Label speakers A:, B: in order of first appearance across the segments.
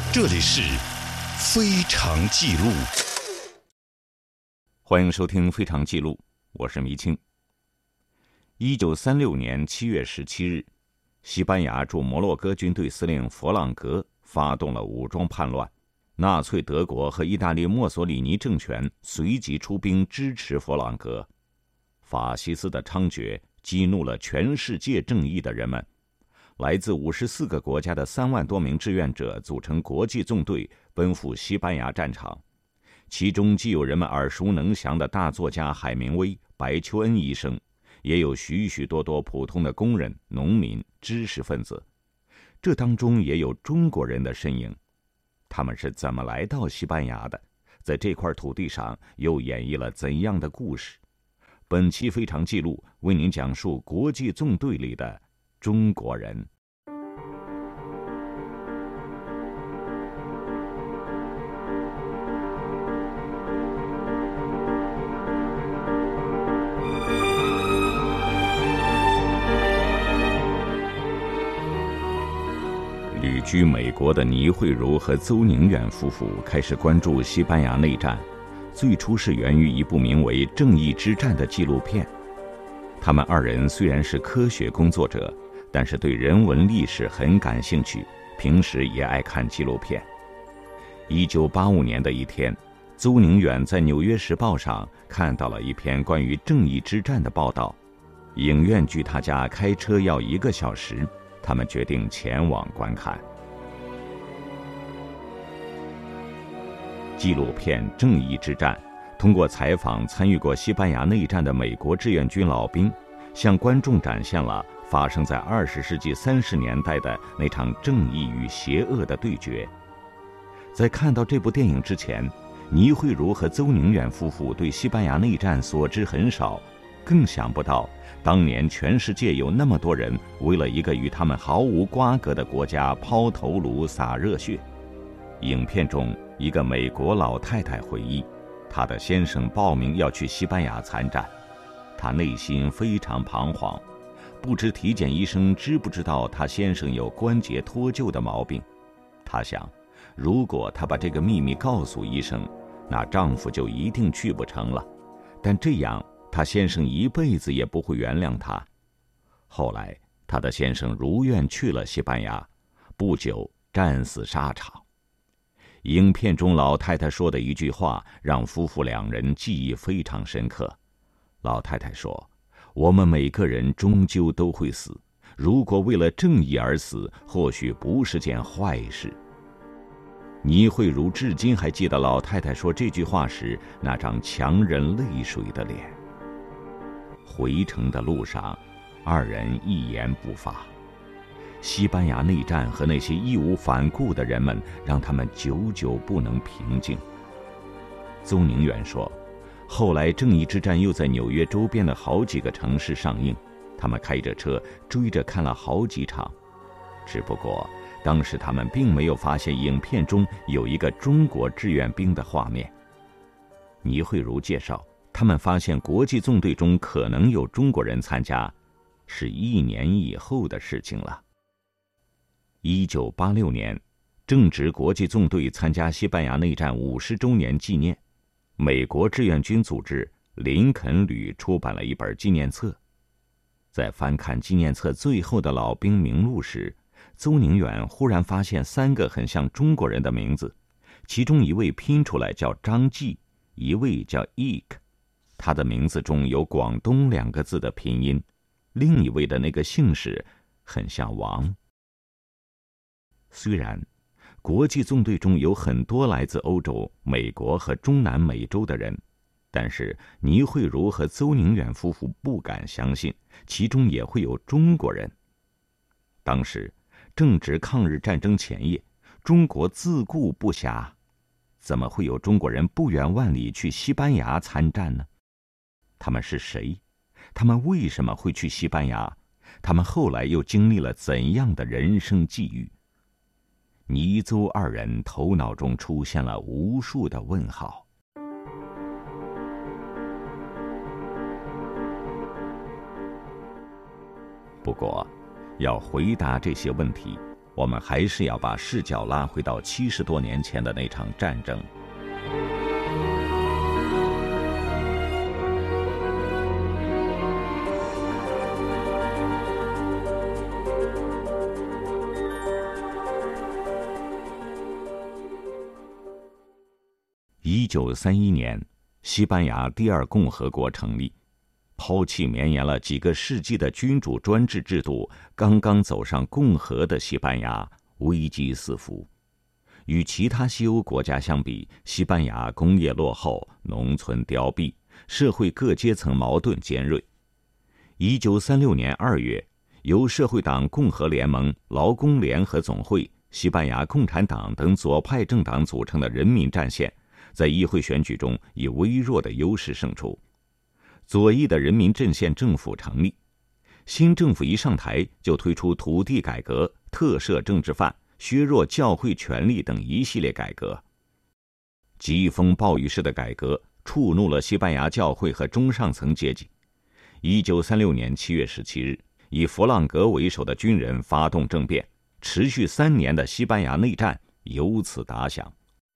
A: 这里是非常记录。
B: 欢迎收听非常记录，我是迷青。1936年7月17日，西班牙驻摩洛哥军队司令佛朗格发动了武装叛乱，纳粹德国和意大利墨索里尼政权随即出兵支持佛朗格。法西斯的猖獗激怒了全世界正义的人们，来自54个国家的3万多名志愿者组成国际纵队，奔赴西班牙战场。其中既有人们耳熟能详的大作家海明威、白求恩医生，也有许许多多普通的工人、农民、知识分子。这当中也有中国人的身影。他们是怎么来到西班牙的？在这块土地上又演绎了怎样的故事？本期非常记录为您讲述国际纵队里的中国人。旅居美国的倪慧茹和邹宁远夫妇开始关注西班牙内战，最初是源于一部名为《正义之战》的纪录片。他们二人虽然是科学工作者，但是对人文历史很感兴趣，平时也爱看纪录片。1985年的一天，邹宁远在《纽约时报》上看到了一篇关于正义之战的报道，影院距他家开车要1个小时，他们决定前往观看。纪录片《正义之战》通过采访参与过西班牙内战的美国志愿军老兵，向观众展现了发生在20世纪30年代的那场正义与邪恶的对决。在看到这部电影之前，倪慧茹和邹宁远夫妇对西班牙内战所知很少，更想不到当年全世界有那么多人为了一个与他们毫无瓜葛的国家抛头颅洒热血。影片中，一个美国老太太回忆，她的先生报名要去西班牙参战，她内心非常彷徨，不知体检医生知不知道她先生有关节脱臼的毛病。她想，如果她把这个秘密告诉医生，那丈夫就一定去不成了，但这样她先生一辈子也不会原谅她。后来她的先生如愿去了西班牙，不久战死沙场。影片中老太太说的一句话让夫妇两人记忆非常深刻。老太太说，我们每个人终究都会死，如果为了正义而死，或许不是件坏事。倪慧茹至今还记得老太太说这句话时那张强忍泪水的脸。回程的路上，二人一言不发。西班牙内战和那些义无反顾的人们让他们久久不能平静。邹宁远说，后来正义之战又在纽约周边的好几个城市上映，他们开着车追着看了好几场，只不过当时他们并没有发现影片中有一个中国志愿兵的画面。倪慧茹介绍，他们发现国际纵队中可能有中国人参加，是1年以后的事情了。1986年，正值国际纵队参加西班牙内战50周年纪念，美国志愿军组织林肯旅出版了一本纪念册。在翻看纪念册最后的老兵名录时，邹宁远忽然发现3个很像中国人的名字，其中一位拼出来叫张继，一位叫 Ek， 他的名字中有广东2个字的拼音，另一位的那个姓氏很像王。虽然国际纵队中有很多来自欧洲、美国和中南美洲的人，但是倪慧茹和邹宁远夫妇不敢相信其中也会有中国人。当时正值抗日战争前夜，中国自顾不暇，怎么会有中国人不远万里去西班牙参战呢？他们是谁？他们为什么会去西班牙？他们后来又经历了怎样的人生际遇？倪邹二人头脑中出现了无数的问号。不过，要回答这些问题， 我们还是要把视角拉回到70多年前的那场战争。1931年，西班牙第二共和国成立，抛弃绵延了几个世纪的君主专制制度，刚刚走上共和的西班牙危机四伏。与其他西欧国家相比，西班牙工业落后，农村凋敝，社会各阶层矛盾尖锐。1936年2月，由社会党共和联盟、劳工联合总会、西班牙共产党等左派政党组成的人民战线，在议会选举中以微弱的优势胜出。左翼的人民阵线政府成立，新政府一上台就推出土地改革、特赦政治犯、削弱教会权力等一系列改革。疾风暴雨式的改革触怒了西班牙教会和中上层阶级。1936年7月17日，以弗朗格为首的军人发动政变，持续3年的西班牙内战由此打响。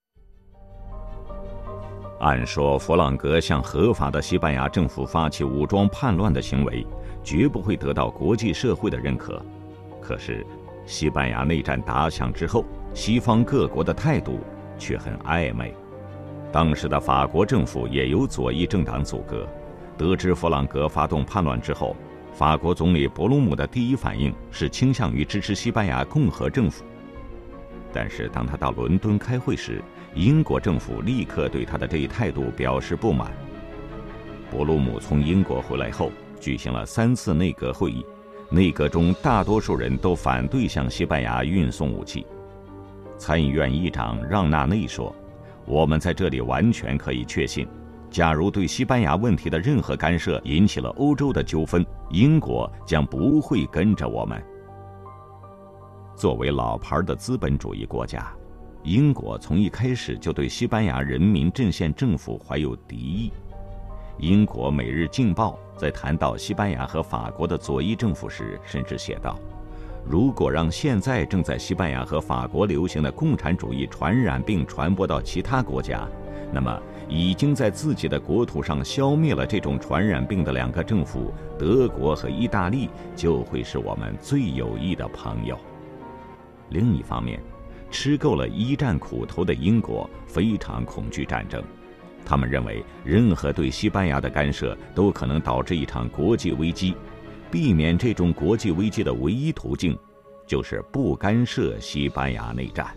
B: 按说弗朗格向合法的西班牙政府发起武装叛乱的行为绝不会得到国际社会的认可，可是西班牙内战打响之后，西方各国的态度却很暧昧。当时的法国政府也由左翼政党阻隔，得知弗朗格发动叛乱之后，法国总理博鲁姆的第一反应是倾向于支持西班牙共和政府。但是当他到伦敦开会时，英国政府立刻对他的这一态度表示不满。博鲁姆从英国回来后，举行了3次内阁会议，内阁中大多数人都反对向西班牙运送武器。参议院议长让纳内说：“我们在这里完全可以确信，假如对西班牙问题的任何干涉引起了欧洲的纠纷，英国将不会跟着我们。”作为老牌的资本主义国家，英国从一开始就对西班牙人民阵线政府怀有敌意。英国《每日镜报》在谈到西班牙和法国的左翼政府时，甚至写道：“如果让现在正在西班牙和法国流行的共产主义传染病传播到其他国家，那么已经在自己的国土上消灭了这种传染病的2个政府，德国和意大利就会是我们最有益的朋友。”另一方面，吃够了一战苦头的英国非常恐惧战争，他们认为任何对西班牙的干涉都可能导致一场国际危机，避免这种国际危机的唯一途径就是不干涉西班牙内战。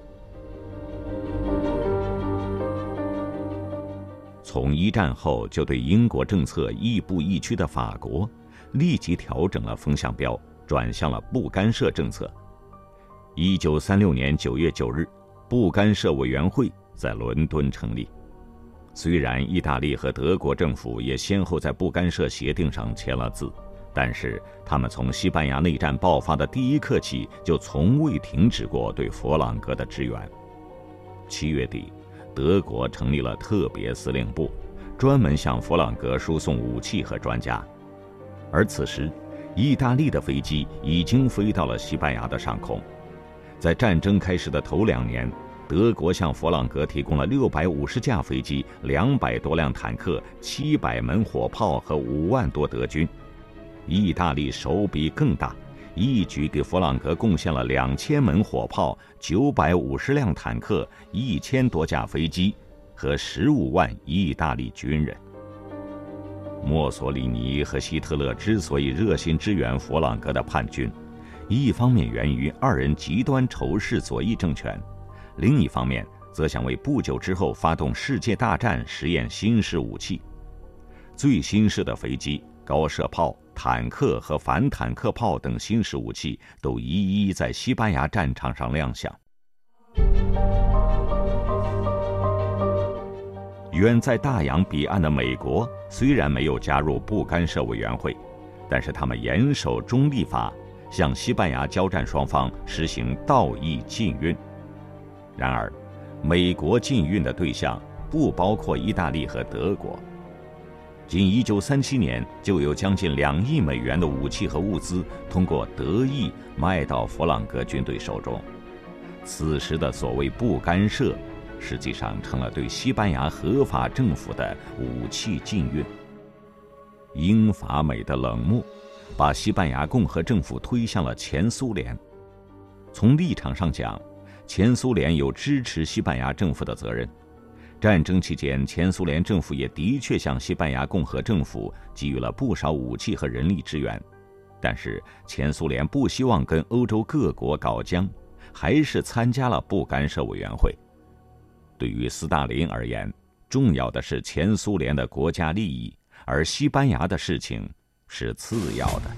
B: 从一战后就对英国政策亦步亦趋的法国，立即调整了风向标，转向了不干涉政策。1936年9月9日，不干涉委员会在伦敦成立。虽然意大利和德国政府也先后在不干涉协定上签了字，但是他们从西班牙内战爆发的第一刻起就从未停止过对弗朗格的支援。7月底，德国成立了特别司令部，专门向弗朗格输送武器和专家。而此时，意大利的飞机已经飞到了西班牙的上空。在战争开始的头2年，德国向弗朗格提供了650架飞机、200多辆坦克、700门火炮和5万多德军。意大利手笔更大，一举给弗朗格贡献了2000门火炮、950辆坦克、1000多架飞机和15万意大利军人。墨索里尼和希特勒之所以热心支援弗朗格的叛军，一方面源于2人极端仇视左翼政权，另一方面则想为不久之后发动世界大战实验新式武器。最新式的飞机、高射炮、坦克和反坦克炮等新式武器都一一在西班牙战场上亮相。远在大洋彼岸的美国虽然没有加入不干涉委员会，但是他们严守中立法，向西班牙交战双方实行道义禁运。然而，美国禁运的对象不包括意大利和德国。 仅1937年就有将近2亿美元的武器和物资通过德意卖到弗朗哥军队手中。此时的所谓不干涉，实际上成了对西班牙合法政府的武器禁运。英法美的冷漠，把西班牙共和政府推向了前苏联。从立场上讲，前苏联有支持西班牙政府的责任。战争期间，前苏联政府也的确向西班牙共和政府给予了不少武器和人力支援，但是前苏联不希望跟欧洲各国搞僵，还是参加了不干涉委员会。对于斯大林而言，重要的是前苏联的国家利益，而西班牙的事情是次要的。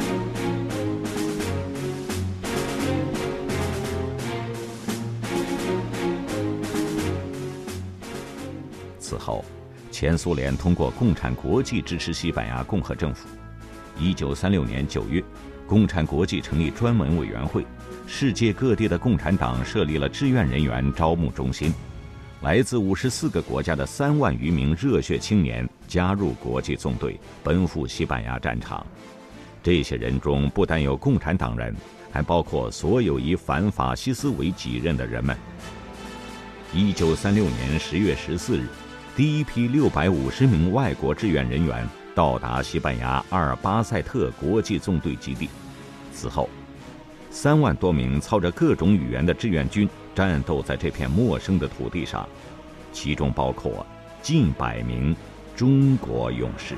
B: 此后，前苏联通过共产国际支持西班牙共和政府。1936年9月，共产国际成立专门委员会，世界各地的共产党设立了志愿人员招募中心，来自54个国家的3万余名热血青年加入国际纵队，奔赴西班牙战场。这些人中不但有共产党人，还包括所有以反法西斯为己任的人们。1936年10月14日，第一批650名外国志愿人员到达西班牙阿尔巴塞特国际纵队基地。此后，3万多名操着各种语言的志愿军战斗在这片陌生的土地上，其中包括近100名中国勇士。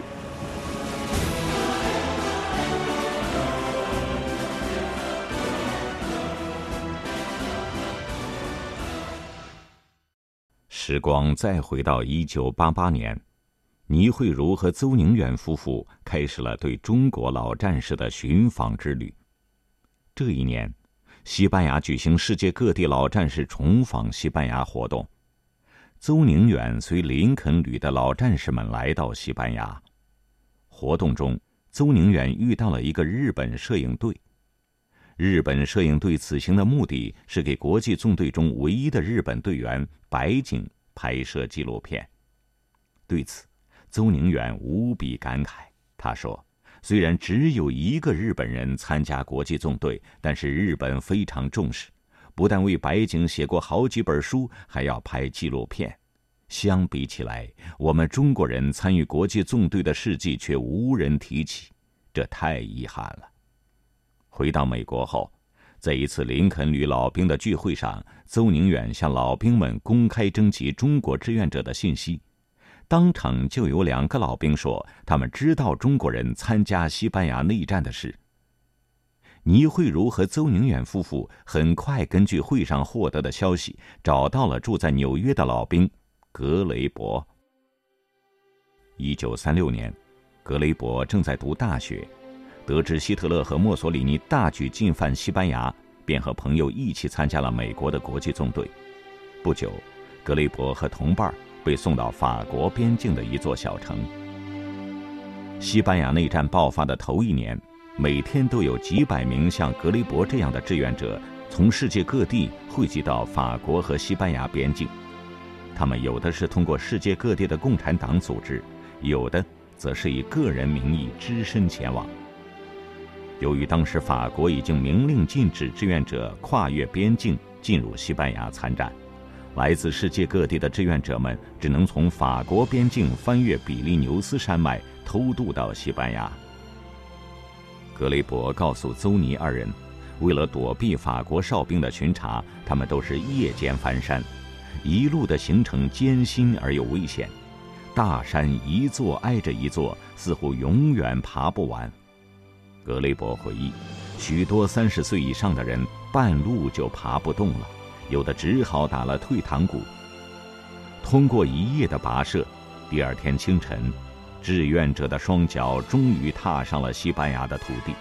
B: 时光再回到1988年，倪慧茹和邹宁远夫妇开始了对中国老战士的寻访之旅。这一年，西班牙举行世界各地老战士重访西班牙活动。邹宁远随林肯旅的老战士们来到西班牙。活动中，邹宁远遇到了一个日本摄影队。日本摄影队此行的目的是给国际纵队中唯一的日本队员白井拍摄纪录片。对此，邹宁远无比感慨。他说，虽然只有1个日本人参加国际纵队，但是日本非常重视，不但为白井写过好几本书，还要拍纪录片。相比起来，我们中国人参与国际纵队的事迹却无人提起，这太遗憾了。回到美国后，在一次林肯旅老兵的聚会上，邹宁远向老兵们公开征集中国志愿者的信息。当场就有2个老兵说，他们知道中国人参加西班牙内战的事。倪慧茹和邹宁远夫妇很快根据会上获得的消息，找到了住在纽约的老兵格雷伯。1936年，格雷伯正在读大学，得知希特勒和墨索里尼大举进犯西班牙，便和朋友一起参加了美国的国际纵队。不久，格雷伯和同伴被送到法国边境的一座小城。西班牙内战爆发的头1年，每天都有几百名像格雷伯这样的志愿者从世界各地汇集到法国和西班牙边境。他们有的是通过世界各地的共产党组织，有的则是以个人名义只身前往。由于当时法国已经明令禁止志愿者跨越边境进入西班牙参战，来自世界各地的志愿者们只能从法国边境翻越比利牛斯山脉偷渡到西班牙。格雷伯告诉邹尼2人，为了躲避法国哨兵的巡查，他们都是夜间翻山，一路的行程艰辛而又危险，大山一座挨着一座，似乎永远爬不完。格雷伯回忆，许多30岁以上的人半路就爬不动了，有的只好打了退堂鼓。通过1夜的跋涉，第2天清晨，志愿者的双脚终于踏上了西班牙的土地。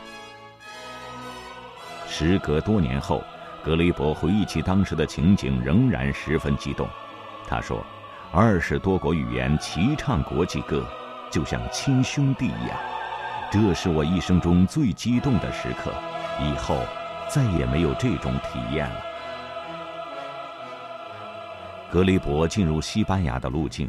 B: 时隔多年后，格雷伯回忆起当时的情景，仍然十分激动。他说，20多国语言齐唱国际歌，就像亲兄弟一样。这是我一生中最激动的时刻，以后再也没有这种体验了。格雷伯进入西班牙的路径，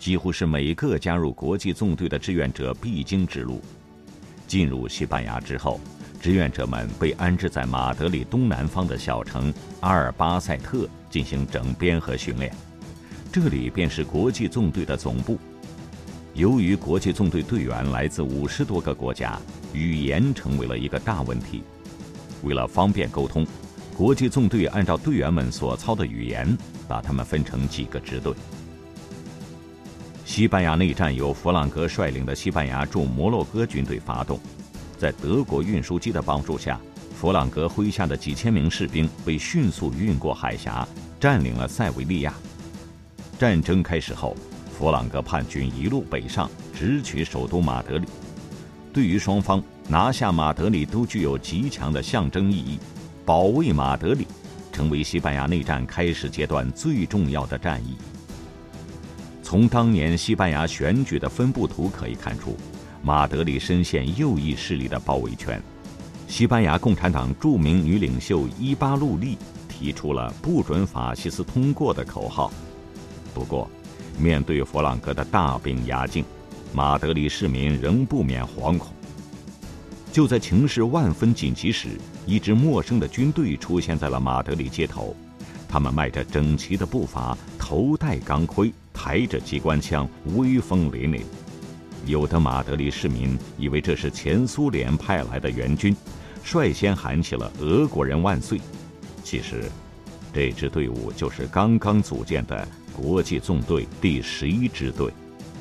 B: 几乎是每个加入国际纵队的志愿者必经之路。进入西班牙之后，志愿者们被安置在马德里东南方的小城阿尔巴塞特进行整编和训练，这里便是国际纵队的总部。由于国际纵队队员来自50多个国家，语言成为了一个大问题。为了方便沟通，国际纵队按照队员们所操的语言，把他们分成几个支队。西班牙内战由弗朗哥率领的西班牙驻摩洛哥军队发动，在德国运输机的帮助下，弗朗哥麾下的几千名士兵被迅速运过海峡，占领了塞维利亚。战争开始后，弗朗哥叛军一路北上，直取首都马德里。对于双方，拿下马德里都具有极强的象征意义。保卫马德里成为西班牙内战开始阶段最重要的战役。从当年西班牙选举的分布图可以看出，马德里深陷右翼势力的包围圈。西班牙共产党著名女领袖伊巴路利提出了不准法西斯通过的口号。不过，面对弗朗哥的大兵压境，马德里市民仍不免惶恐。就在情势万分紧急时，一支陌生的军队出现在了马德里街头。他们迈着整齐的步伐，头戴钢盔，抬着机关枪，威风凛凛。有的马德里市民以为这是前苏联派来的援军，率先喊起了“俄国人万岁”。其实，这支队伍就是刚刚组建的国际纵队第11支队。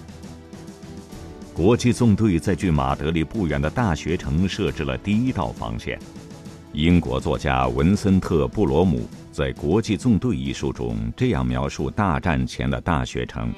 B: 国际纵队在距马德里不远的大学城设置了第一道防线。英国作家文森特·布罗姆在《国际纵队》一书中这样描述大战前的大学城：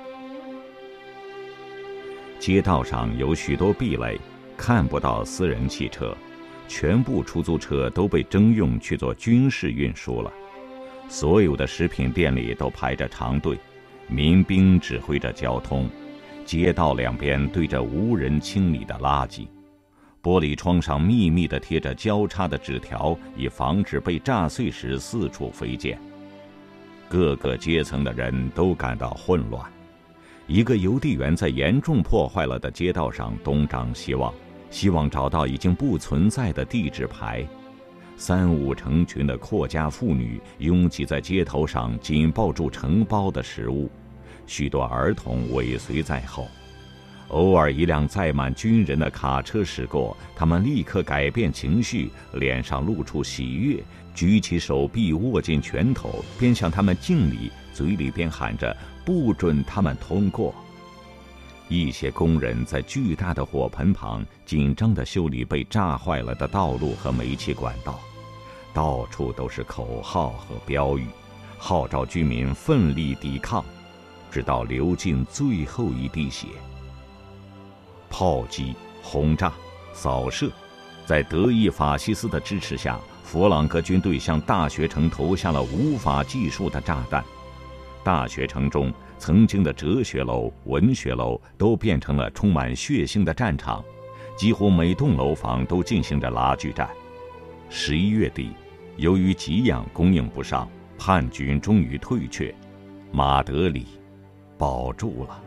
B: 街道上有许多壁垒，看不到私人汽车，全部出租车都被征用去做军事运输了。所有的食品店里都排着长队，民兵指挥着交通。街道两边堆着无人清理的垃圾，玻璃窗上密密地贴着交叉的纸条，以防止被炸碎时四处飞溅。各个阶层的人都感到混乱。一个邮递员在严重破坏了的街道上东张西望，希望找到已经不存在的地址牌。3、5成群的阔家妇女拥挤在街头上，紧抱住承包的食物。许多儿童尾随在后，偶尔一辆载满军人的卡车驶过，他们立刻改变情绪，脸上露出喜悦，举起手臂握紧拳头，边向他们敬礼，嘴里边喊着不准他们通过。一些工人在巨大的火盆旁紧张地修理被炸坏了的道路和煤气管道，到处都是口号和标语，号召居民奋力抵抗，直到流尽最后一滴血。炮击、轰炸、扫射，在德意法西斯的支持下，弗朗哥军队向大学城投下了无法计数的炸弹。大学城中曾经的哲学楼、文学楼都变成了充满血腥的战场，几乎每栋楼房都进行着拉锯战。11月底，由于给养供应不上，叛军终于退却，马德里保住了。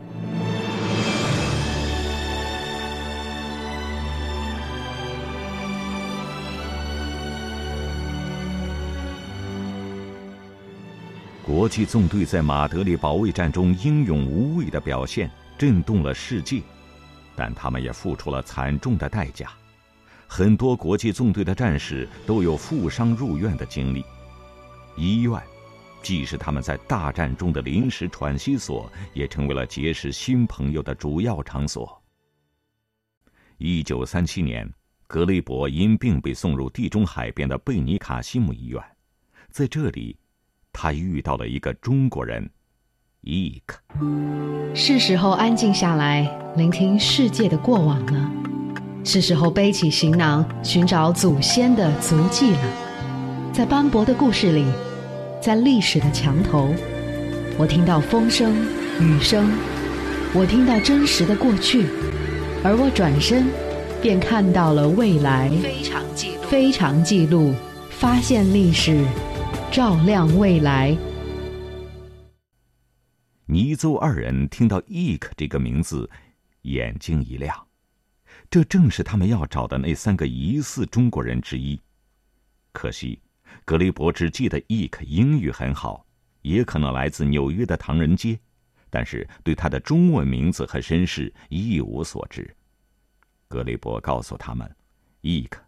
B: 国际纵队在马德里保卫战中英勇无畏的表现震动了世界，但他们也付出了惨重的代价。很多国际纵队的战士都有负伤入院的经历，医院既是他们在大战中的临时喘息所，也成为了结识新朋友的主要场所。1937年，格雷伯因病被送入地中海边的贝尼卡西姆医院，在这里他遇到了一个中国人，伊克。
C: 是时候安静下来，聆听世界的过往了。是时候背起行囊，寻找祖先的足迹了。在斑驳的故事里，在历史的墙头，我听到风声、雨声，我听到真实的过去，而我转身便看到了未来。非常记录，发现历史，照亮未来。
B: 尼邹二人听到易克这个名字，眼睛一亮，这正是他们要找的那3个疑似中国人之一。可惜格雷伯只记得易克英语很好，也可能来自纽约的唐人街，但是对他的中文名字和身世一无所知。格雷伯告诉他们，易克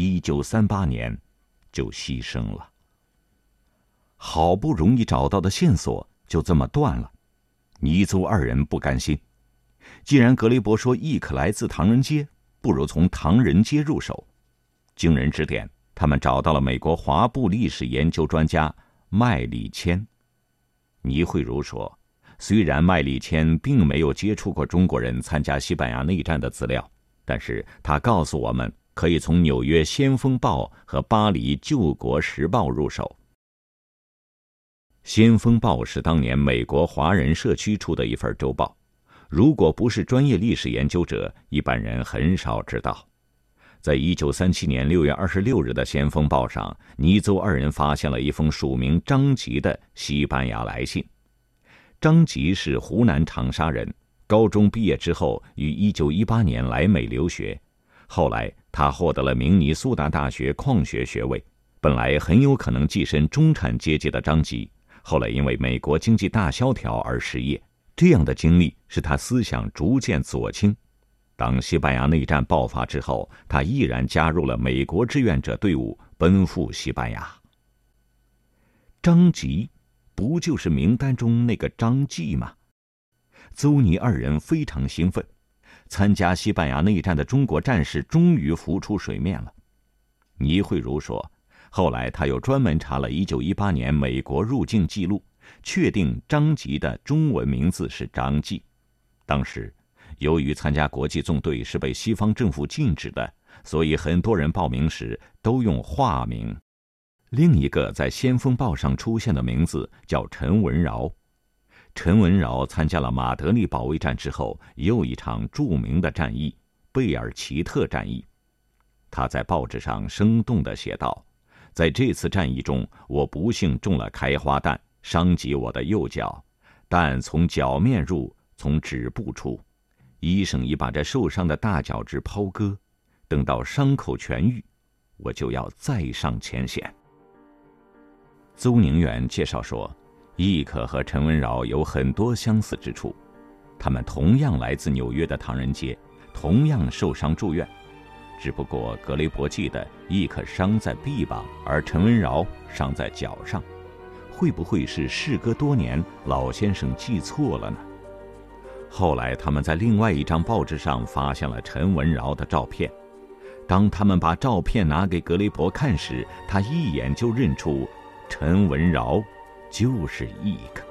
B: 1938年就牺牲了。好不容易找到的线索就这么断了。尼邹二人不甘心，既然格雷伯说易克来自唐人街，不如从唐人街入手。经人指点，他们找到了美国华埠历史研究专家麦里谦。倪慧茹说，虽然麦里谦并没有接触过中国人参加西班牙内战的资料，但是他告诉我们可以从纽约《先锋报》和巴黎《救国时报》入手。《先锋报》是当年美国华人社区出的一份周报，如果不是专业历史研究者，一般人很少知道。在1937年6月26日的《先锋报》上，尼邹二人发现了一封署名张吉的西班牙来信。张吉是湖南长沙人，高中毕业之后于1918年来美留学，后来他获得了明尼苏达大学矿学学位，本来很有可能跻身中产阶级的张吉，后来因为美国经济大萧条而失业，这样的经历使他思想逐渐左倾。当西班牙内战爆发之后，他毅然加入了美国志愿者队伍，奔赴西班牙。张吉不就是名单中那个张继吗？邹尼二人非常兴奋，参加西班牙内战的中国战士终于浮出水面了。倪慧茹说，后来他又专门查了1918年美国入境记录，确定张吉的中文名字是张继。当时由于参加国际纵队是被西方政府禁止的，所以很多人报名时都用化名。另一个在《先锋报》上出现的名字叫陈文饶。陈文饶参加了马德里保卫战之后又一场著名的战役——贝尔奇特战役。他在报纸上生动地写道，在这次战役中，我不幸中了开花弹，伤及我的右脚，弹从脚面入，从指部出。医生已把这受伤的大脚趾抛割，等到伤口痊愈，我就要再上前线。邹宁远介绍说，易克和陈文饶有很多相似之处，他们同样来自纽约的唐人街，同样受伤住院，只不过格雷伯记得易克伤在臂膀，而陈文饶伤在脚上。会不会是事隔多年，老先生记错了呢？后来他们在另外一张报纸上发现了陈文饶的照片，当他们把照片拿给格雷伯看时，他一眼就认出陈文饶就是易克。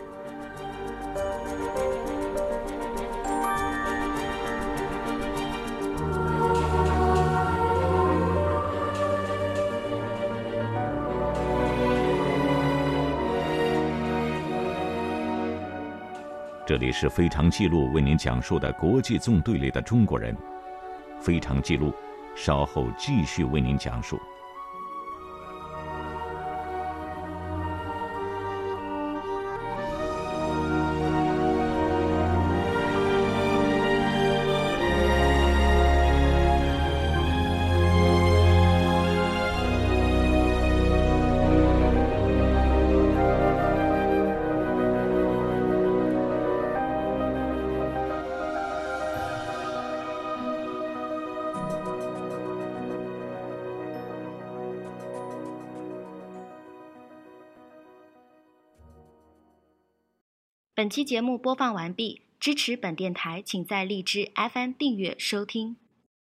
B: 这里是非常记录为您讲述的国际纵队里的中国人。非常记录稍后继续为您讲述。
D: 本期节目播放完毕，支持本电台，请在荔枝 FM 订阅收听。